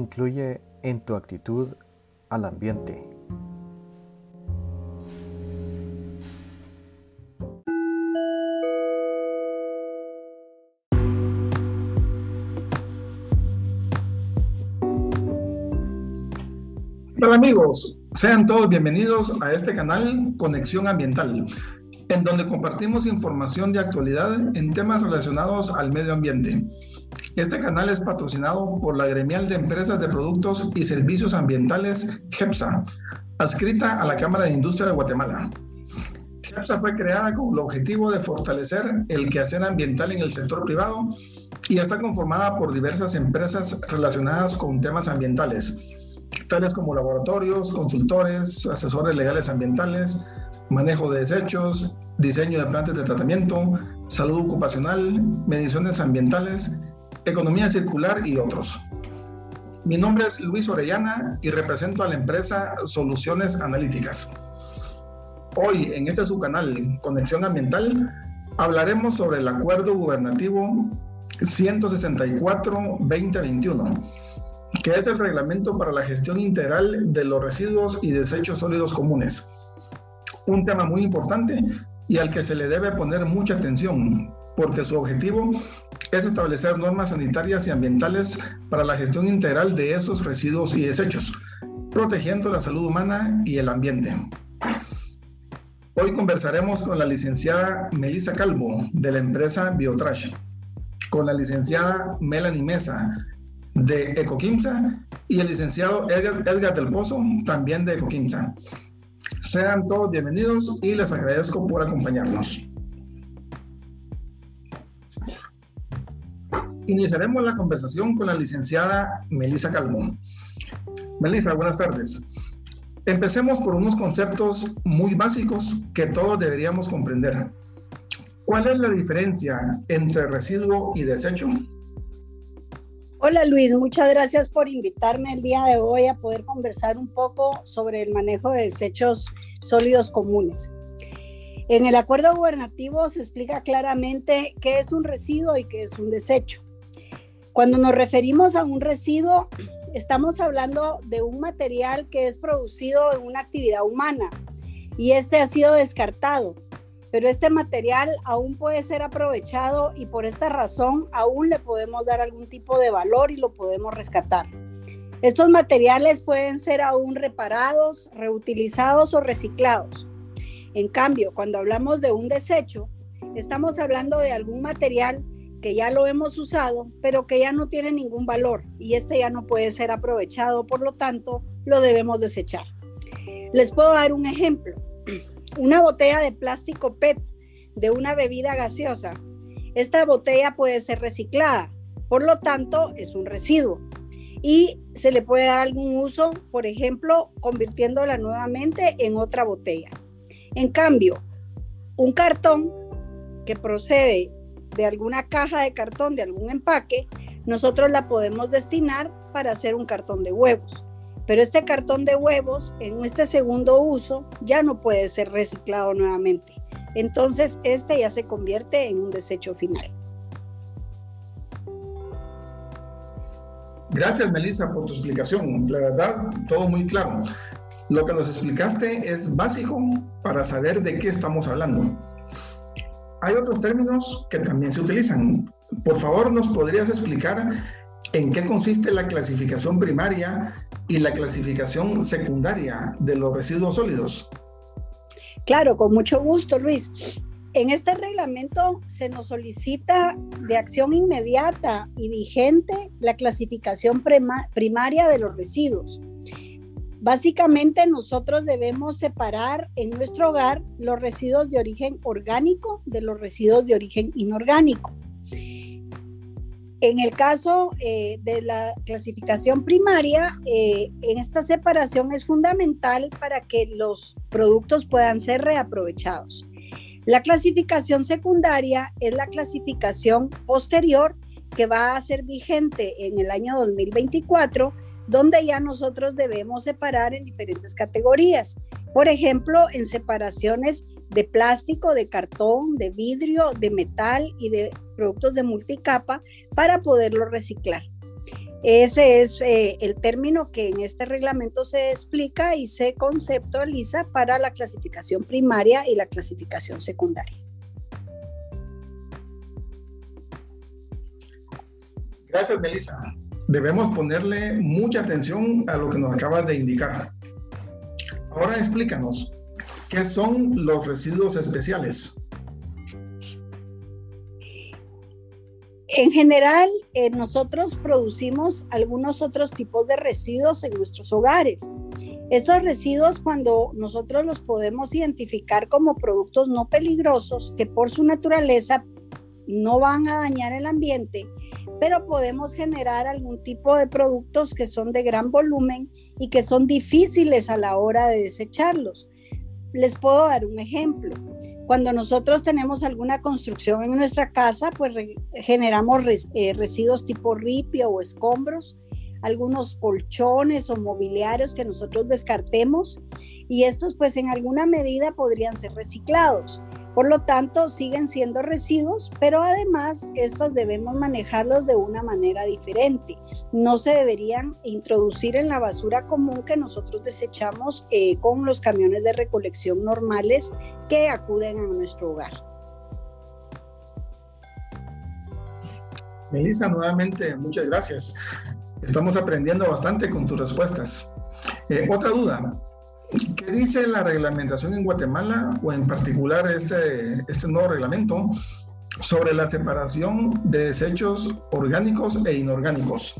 influye en tu actitud al ambiente? Hola amigos, sean todos bienvenidos a este canal Conexión Ambiental, en donde compartimos información de actualidad en temas relacionados al medio ambiente. Este canal es patrocinado por la Gremial de Empresas de Productos y Servicios Ambientales, GEPSA, adscrita a la Cámara de Industria de Guatemala. GEPSA fue creada con el objetivo de fortalecer el quehacer ambiental en el sector privado y está conformada por diversas empresas relacionadas con temas ambientales, tales como laboratorios, consultores, asesores legales ambientales, manejo de desechos, diseño de plantas de tratamiento, salud ocupacional, mediciones ambientales, economía circular y otros. Mi nombre es Luis Orellana y represento a la empresa Soluciones Analíticas. Hoy, en este subcanal Conexión Ambiental, hablaremos sobre el Acuerdo Gubernativo 164-2021, que es el reglamento para la gestión integral de los residuos y desechos sólidos comunes. Un tema muy importante y al que se le debe poner mucha atención, porque su objetivo es establecer normas sanitarias y ambientales para la gestión integral de esos residuos y desechos, protegiendo la salud humana y el ambiente. Hoy conversaremos con la licenciada Melissa Calvo, de la empresa Biotrash, con la licenciada Melanie Mesa, de Ecoquimsa, y el licenciado Edgar del Pozo, también de Ecoquimsa. Sean todos bienvenidos y les agradezco por acompañarnos. Iniciaremos la conversación con la licenciada Melissa Calvo. Melissa, buenas tardes. Empecemos por unos conceptos muy básicos que todos deberíamos comprender. ¿Cuál es la diferencia entre residuo y desecho? Hola Luis, muchas gracias por invitarme el día de hoy a poder conversar un poco sobre el manejo de desechos sólidos comunes. En el acuerdo gubernativo se explica claramente qué es un residuo y qué es un desecho. Cuando nos referimos a un residuo, estamos hablando de un material que es producido en una actividad humana y este ha sido descartado. Pero este material aún puede ser aprovechado y por esta razón aún le podemos dar algún tipo de valor y lo podemos rescatar. Estos materiales pueden ser aún reparados, reutilizados o reciclados. En cambio, cuando hablamos de un desecho, estamos hablando de algún material que ya lo hemos usado, pero que ya no tiene ningún valor y este ya no puede ser aprovechado, por lo tanto, lo debemos desechar. Les puedo dar un ejemplo. Una botella de plástico PET de una bebida gaseosa. Esta botella puede ser reciclada, por lo tanto es un residuo y se le puede dar algún uso, por ejemplo, convirtiéndola nuevamente en otra botella. En cambio, un cartón que procede de alguna caja de cartón, de algún empaque, nosotros la podemos destinar para hacer un cartón de huevos. Pero este cartón de huevos, en este segundo uso, ya no puede ser reciclado nuevamente. Entonces, este ya se convierte en un desecho final. Gracias, Melissa, por tu explicación. La verdad, todo muy claro. Lo que nos explicaste es básico para saber de qué estamos hablando. Hay otros términos que también se utilizan. Por favor, ¿nos podrías explicar en qué consiste la clasificación primaria y la clasificación secundaria de los residuos sólidos? Claro, con mucho gusto, Luis. En este reglamento se nos solicita de acción inmediata y vigente la clasificación primaria de los residuos. Básicamente nosotros debemos separar en nuestro hogar los residuos de origen orgánico de los residuos de origen inorgánico. En el caso de la clasificación primaria, en esta separación es fundamental para que los productos puedan ser reaprovechados. La clasificación secundaria es la clasificación posterior que va a ser vigente en el año 2024, donde ya nosotros debemos separar en diferentes categorías. Por ejemplo, en separaciones de plástico, de cartón, de vidrio, de metal y de productos de multicapa para poderlo reciclar. Ese es el término que en este reglamento se explica y se conceptualiza para la clasificación primaria y la clasificación secundaria. Gracias, Melissa. Debemos ponerle mucha atención a lo que nos acabas de indicar. Ahora explícanos, ¿qué son los residuos especiales? En general, nosotros producimos algunos otros tipos de residuos en nuestros hogares. Estos residuos, cuando nosotros los podemos identificar como productos no peligrosos, que por su naturaleza no van a dañar el ambiente, pero podemos generar algún tipo de productos que son de gran volumen y que son difíciles a la hora de desecharlos. Les puedo dar un ejemplo. Cuando nosotros tenemos alguna construcción en nuestra casa, pues generamos residuos tipo ripio o escombros, algunos colchones o mobiliarios que nosotros descartemos, y estos pues en alguna medida podrían ser reciclados. Por lo tanto, siguen siendo residuos, pero además estos debemos manejarlos de una manera diferente. No se deberían introducir en la basura común que nosotros desechamos con los camiones de recolección normales que acuden a nuestro hogar. Melissa, nuevamente, muchas gracias. Estamos aprendiendo bastante con tus respuestas. Otra duda. ¿Qué dice la reglamentación en Guatemala, o en particular este nuevo reglamento, sobre la separación de desechos orgánicos e inorgánicos?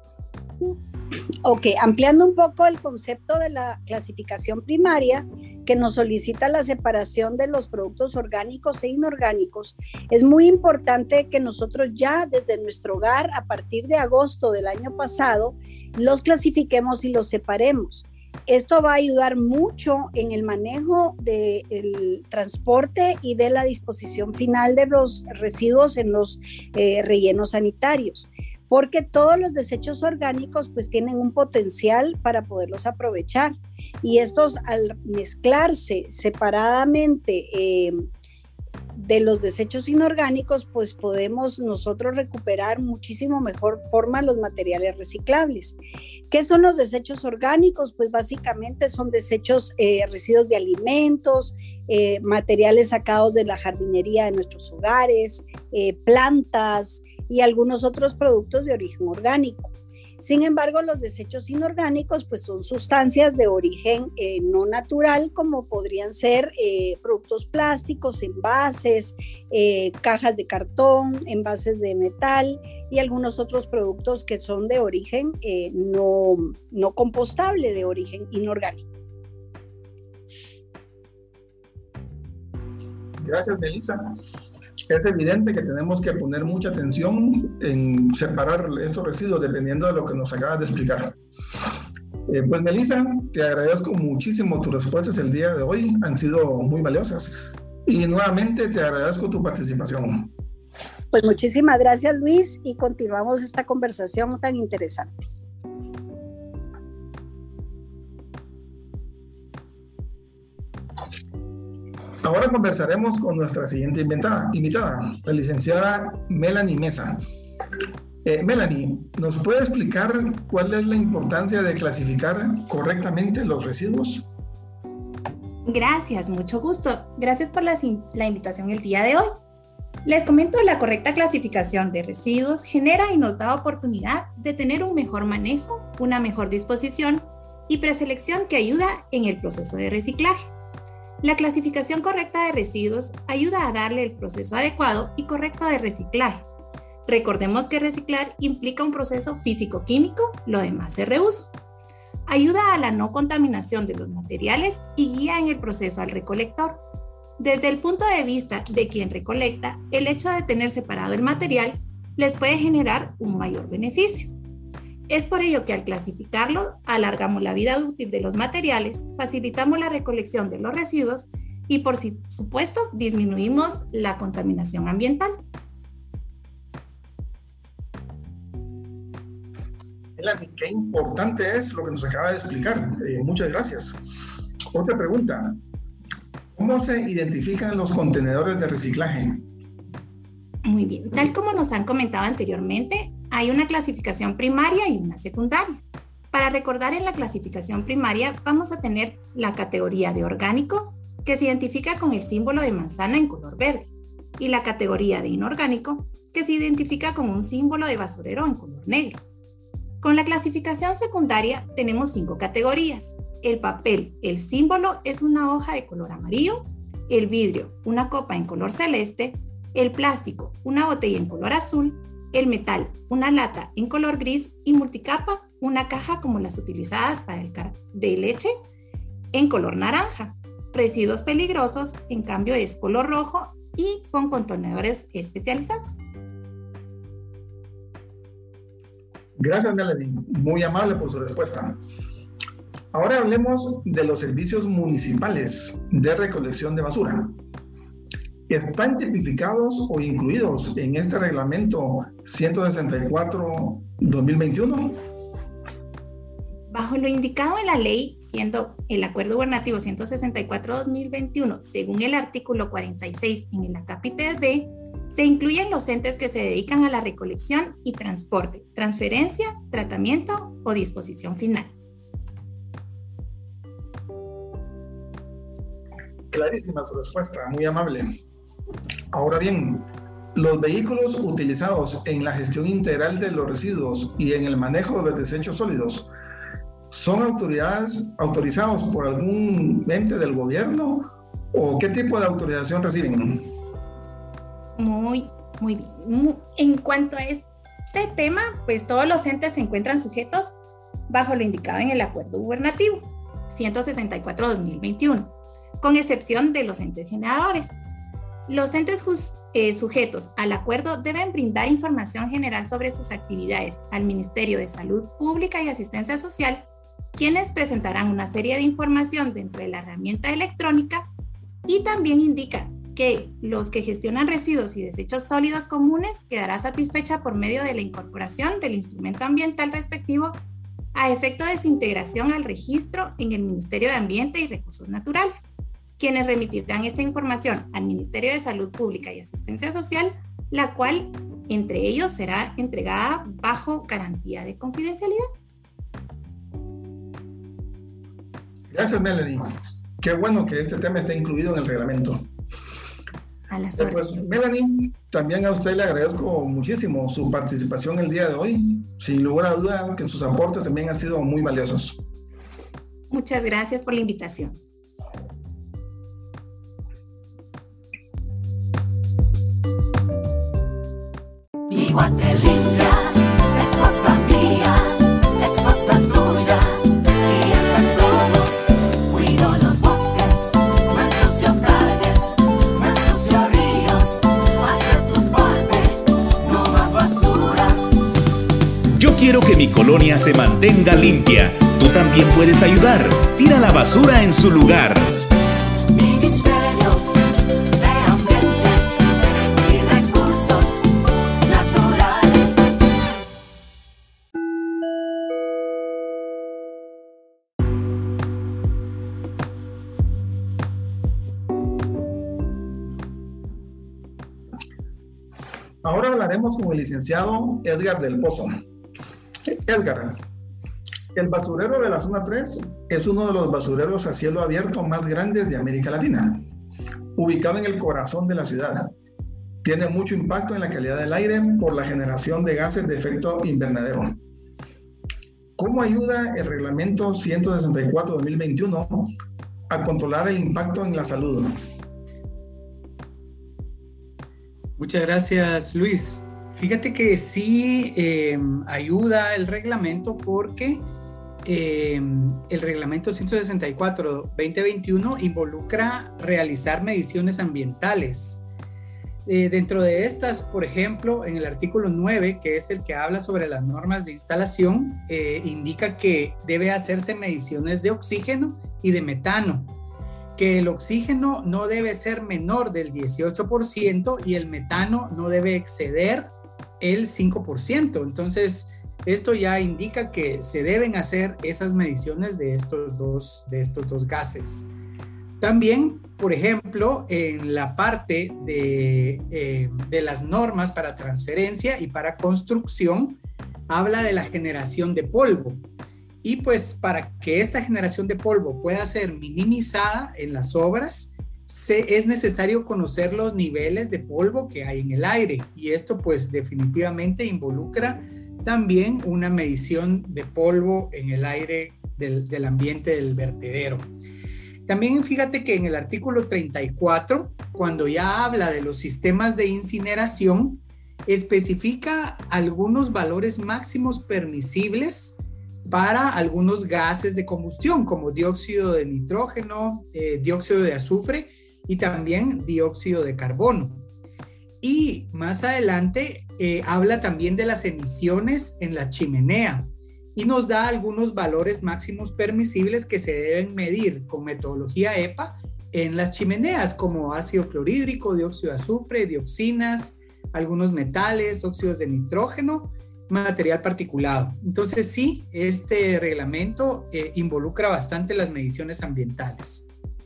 Ok, ampliando un poco el concepto de la clasificación primaria, que nos solicita la separación de los productos orgánicos e inorgánicos, es muy importante que nosotros ya desde nuestro hogar, a partir de agosto del año pasado, los clasifiquemos y los separemos. Esto va a ayudar mucho en el manejo del transporte y de la disposición final de los residuos en los rellenos sanitarios, porque todos los desechos orgánicos pues tienen un potencial para poderlos aprovechar, y estos, al mezclarse separadamente de los desechos inorgánicos, pues podemos nosotros recuperar muchísimo mejor forma los materiales reciclables. ¿Qué son los desechos orgánicos? Pues básicamente son desechos, residuos de alimentos, materiales sacados de la jardinería de nuestros hogares, plantas y algunos otros productos de origen orgánico. Sin embargo, los desechos inorgánicos pues son sustancias de origen no natural, como podrían ser productos plásticos, envases, cajas de cartón, envases de metal y algunos otros productos que son de origen no compostable, de origen inorgánico. Gracias, Melissa. Es evidente que tenemos que poner mucha atención en separar estos residuos dependiendo de lo que nos acabas de explicar. Pues Melissa, te agradezco muchísimo tus respuestas el día de hoy, han sido muy valiosas, y nuevamente te agradezco tu participación. Pues muchísimas gracias, Luis, y continuamos esta conversación tan interesante. Ahora conversaremos con nuestra siguiente invitada, la licenciada Melanie Mesa. Melanie, ¿nos puede explicar cuál es la importancia de clasificar correctamente los residuos? Gracias, mucho gusto. Gracias por la invitación el día de hoy. Les comento, la correcta clasificación de residuos genera y nos da oportunidad de tener un mejor manejo, una mejor disposición y preselección que ayuda en el proceso de reciclaje. La clasificación correcta de residuos ayuda a darle el proceso adecuado y correcto de reciclaje. Recordemos que reciclar implica un proceso físico-químico, lo demás es reuso. Ayuda a la no contaminación de los materiales y guía en el proceso al recolector. Desde el punto de vista de quien recolecta, el hecho de tener separado el material les puede generar un mayor beneficio. Es por ello que al clasificarlo, alargamos la vida útil de los materiales, facilitamos la recolección de los residuos y, por supuesto, disminuimos la contaminación ambiental. Melanie, qué importante es lo que nos acaba de explicar. Muchas gracias. Otra pregunta. ¿Cómo se identifican los contenedores de reciclaje? Muy bien. Tal como nos han comentado anteriormente, hay una clasificación primaria y una secundaria. Para recordar, en la clasificación primaria vamos a tener la categoría de orgánico, que se identifica con el símbolo de manzana en color verde, y la categoría de inorgánico, que se identifica con un símbolo de basurero en color negro. Con la clasificación secundaria tenemos 5 categorías. El papel, el símbolo es una hoja de color amarillo, el vidrio, una copa en color celeste, el plástico, una botella en color azul, el metal, una lata en color gris y multicapa, una caja como las utilizadas para el de leche en color naranja. Residuos peligrosos, en cambio, es color rojo y con contenedores especializados. Gracias, Melanie. Muy amable por su respuesta. Ahora hablemos de los servicios municipales de recolección de basura. ¿Están tipificados o incluidos en este reglamento 164-2021? Bajo lo indicado en la ley, siendo el Acuerdo Gubernativo 164-2021, según el artículo 46 en el acápite B, se incluyen los entes que se dedican a la recolección y transporte, transferencia, tratamiento o disposición final. Clarísima su respuesta, muy amable. Ahora bien, los vehículos utilizados en la gestión integral de los residuos y en el manejo de los desechos sólidos, ¿son autorizados por algún ente del gobierno o qué tipo de autorización reciben? Muy bien. En cuanto a este tema, pues todos los entes se encuentran sujetos bajo lo indicado en el Acuerdo Gubernativo 164-2021, con excepción de los entes generadores. Los entes sujetos al acuerdo deben brindar información general sobre sus actividades al Ministerio de Salud Pública y Asistencia Social, quienes presentarán una serie de información dentro de la herramienta electrónica, y también indica que los que gestionan residuos y desechos sólidos comunes quedará satisfecha por medio de la incorporación del instrumento ambiental respectivo a efecto de su integración al registro en el Ministerio de Ambiente y Recursos Naturales, quienes remitirán esta información al Ministerio de Salud Pública y Asistencia Social, la cual entre ellos será entregada bajo garantía de confidencialidad. Gracias, Melanie. Qué bueno que este tema esté incluido en el reglamento. A las órdenes. Pues, Melanie, también a usted le agradezco muchísimo su participación el día de hoy. Sin lugar a duda que sus aportes también han sido muy valiosos. Muchas gracias por la invitación. Mi guante limpia, esposa mía, esposa tuya, guías a todos, cuido los bosques, no ensucio calles, no ensucio ríos, hace tu parte, no más basura. Yo quiero que mi colonia se mantenga limpia. Tú también puedes ayudar. Tira la basura en su lugar. Ministerio de Ambiente y Recursos Naturales. Ahora hablaremos con el licenciado Edgar del Pozo. Edgar, el basurero de la zona 3 es uno de los basureros a cielo abierto más grandes de América Latina, ubicado en el corazón de la ciudad. Tiene mucho impacto en la calidad del aire por la generación de gases de efecto invernadero. ¿Cómo ayuda el reglamento 164-2021 a controlar el impacto en la salud? Muchas gracias, Luis. Fíjate que sí ayuda el reglamento porque el reglamento 164-2021 involucra realizar mediciones ambientales. Dentro de estas, por ejemplo, en el artículo 9, que es el que habla sobre las normas de instalación, indica que debe hacerse mediciones de oxígeno y de metano, que el oxígeno no debe ser menor del 18% y el metano no debe exceder el 5%. Entonces, esto ya indica que se deben hacer esas mediciones de estos dos gases. También, por ejemplo, en la parte de las normas para transferencia y para construcción, habla de la generación de polvo. Y pues para que esta generación de polvo pueda ser minimizada en las obras, es necesario conocer los niveles de polvo que hay en el aire. Y esto pues definitivamente involucra también una medición de polvo en el aire del ambiente del vertedero. También fíjate que en el artículo 34, cuando ya habla de los sistemas de incineración, especifica algunos valores máximos permisibles para algunos gases de combustión, como dióxido de nitrógeno, dióxido de azufre y también dióxido de carbono. Y más adelante habla también de las emisiones en la chimenea y nos da algunos valores máximos permisibles que se deben medir con metodología EPA en las chimeneas, como ácido clorhídrico, dióxido de azufre, dioxinas, algunos metales, óxidos de nitrógeno, material particulado. Entonces sí, este reglamento involucra bastante las mediciones ambientales.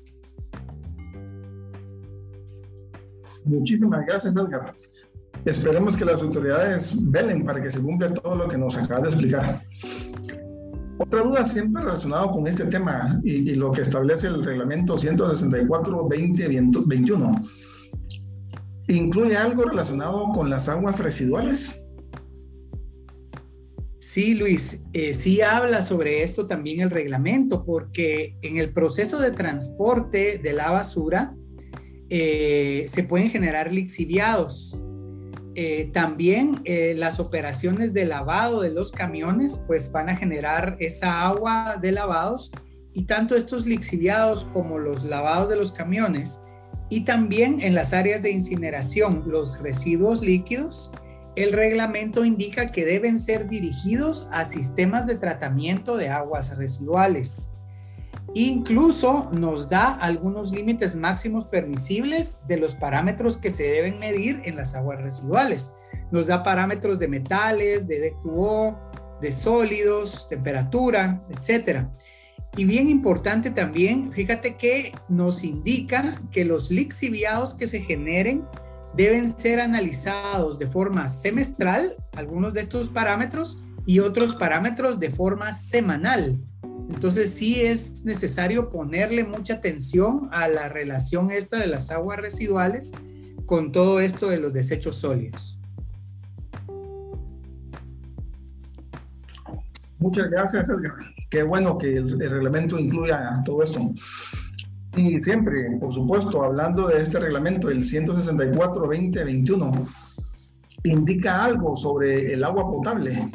Muchísimas gracias, Edgar. Esperemos que las autoridades velen para que se cumpla todo lo que nos acaba de explicar. Otra duda siempre relacionada con este tema y lo que establece el reglamento 164-2021. ¿Incluye algo relacionado con las aguas residuales? Sí, Luis, sí habla sobre esto también el reglamento, porque en el proceso de transporte de la basura se pueden generar lixiviados. También las operaciones de lavado de los camiones pues van a generar esa agua de lavados, y tanto estos lixiviados como los lavados de los camiones, y también en las áreas de incineración los residuos líquidos, el reglamento indica que deben ser dirigidos a sistemas de tratamiento de aguas residuales. Incluso nos da algunos límites máximos permisibles de los parámetros que se deben medir en las aguas residuales. Nos da parámetros de metales, de D2O, de sólidos, temperatura, etc. Y bien importante también, fíjate que nos indica que los lixiviados que se generen deben ser analizados de forma semestral, algunos de estos parámetros, y otros parámetros de forma semanal. Entonces sí es necesario ponerle mucha atención a la relación esta de las aguas residuales con todo esto de los desechos sólidos. Muchas gracias, Edgar. Qué bueno que el reglamento incluya todo esto. Y siempre, por supuesto, hablando de este reglamento, el 164-2021, indica algo sobre el agua potable.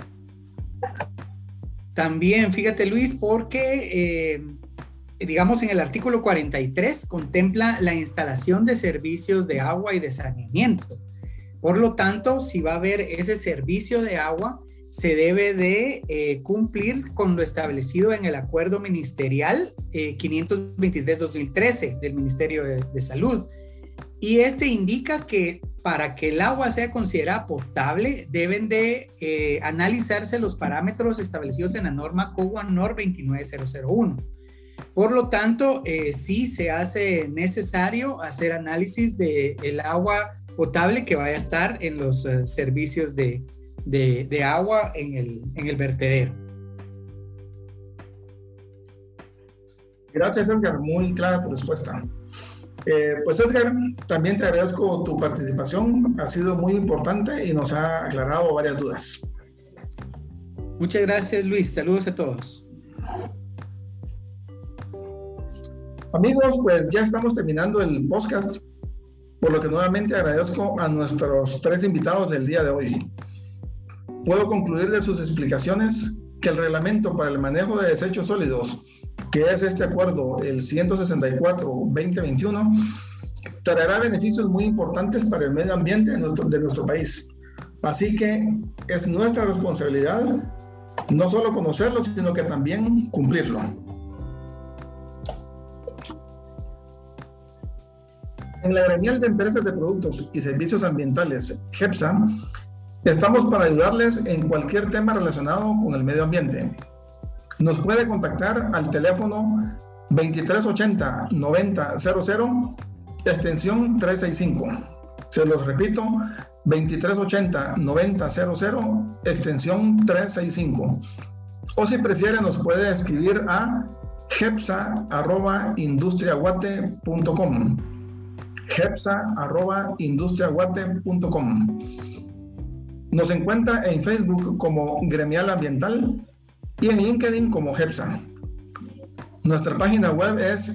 También, fíjate, Luis, porque, digamos, en el artículo 43 contempla la instalación de servicios de agua y de saneamiento. Por lo tanto, si va a haber ese servicio de agua, se debe de cumplir con lo establecido en el acuerdo ministerial 523-2013 del Ministerio de Salud. Y este indica que para que el agua sea considerada potable, deben de analizarse los parámetros establecidos en la norma COGUA NOR 29001. Por lo tanto, sí se hace necesario hacer análisis del agua potable que vaya a estar en los servicios de agua en el vertedero. Gracias, Edgar. Muy clara tu respuesta. Pues Edgar, también te agradezco tu participación. Ha sido muy importante y nos ha aclarado varias dudas. Muchas gracias, Luis. Saludos a todos. Amigos, pues ya estamos terminando el podcast, por lo que nuevamente agradezco a nuestros 3 invitados del día de hoy. Puedo concluir de sus explicaciones que el reglamento para el manejo de desechos sólidos, que es este acuerdo, el 164-2021, traerá beneficios muy importantes para el medio ambiente de nuestro país. Así que es nuestra responsabilidad no solo conocerlo, sino que también cumplirlo. En la Gremial de Empresas de Productos y Servicios Ambientales, GEPSA, estamos para ayudarles en cualquier tema relacionado con el medio ambiente. Nos puede contactar al teléfono 2380-9000, extensión 365. Se los repito, 2380-9000, extensión 365. O si prefiere, nos puede escribir a gepsa@industriaguate.com. gepsa@industriaguate.com. Nos encuentra en Facebook como Gremial Ambiental y en LinkedIn como GEPSA. Nuestra página web es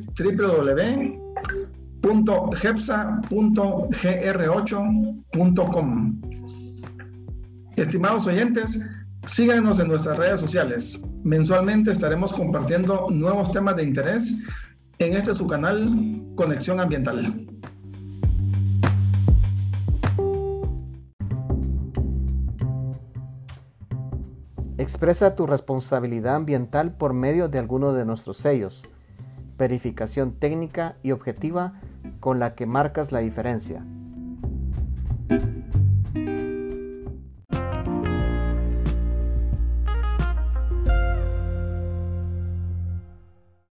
www.gepsa.gr8.com. Estimados oyentes, síganos en nuestras redes sociales. Mensualmente estaremos compartiendo nuevos temas de interés en este su canal Conexión Ambiental. Expresa tu responsabilidad ambiental por medio de alguno de nuestros sellos. Verificación técnica y objetiva con la que marcas la diferencia.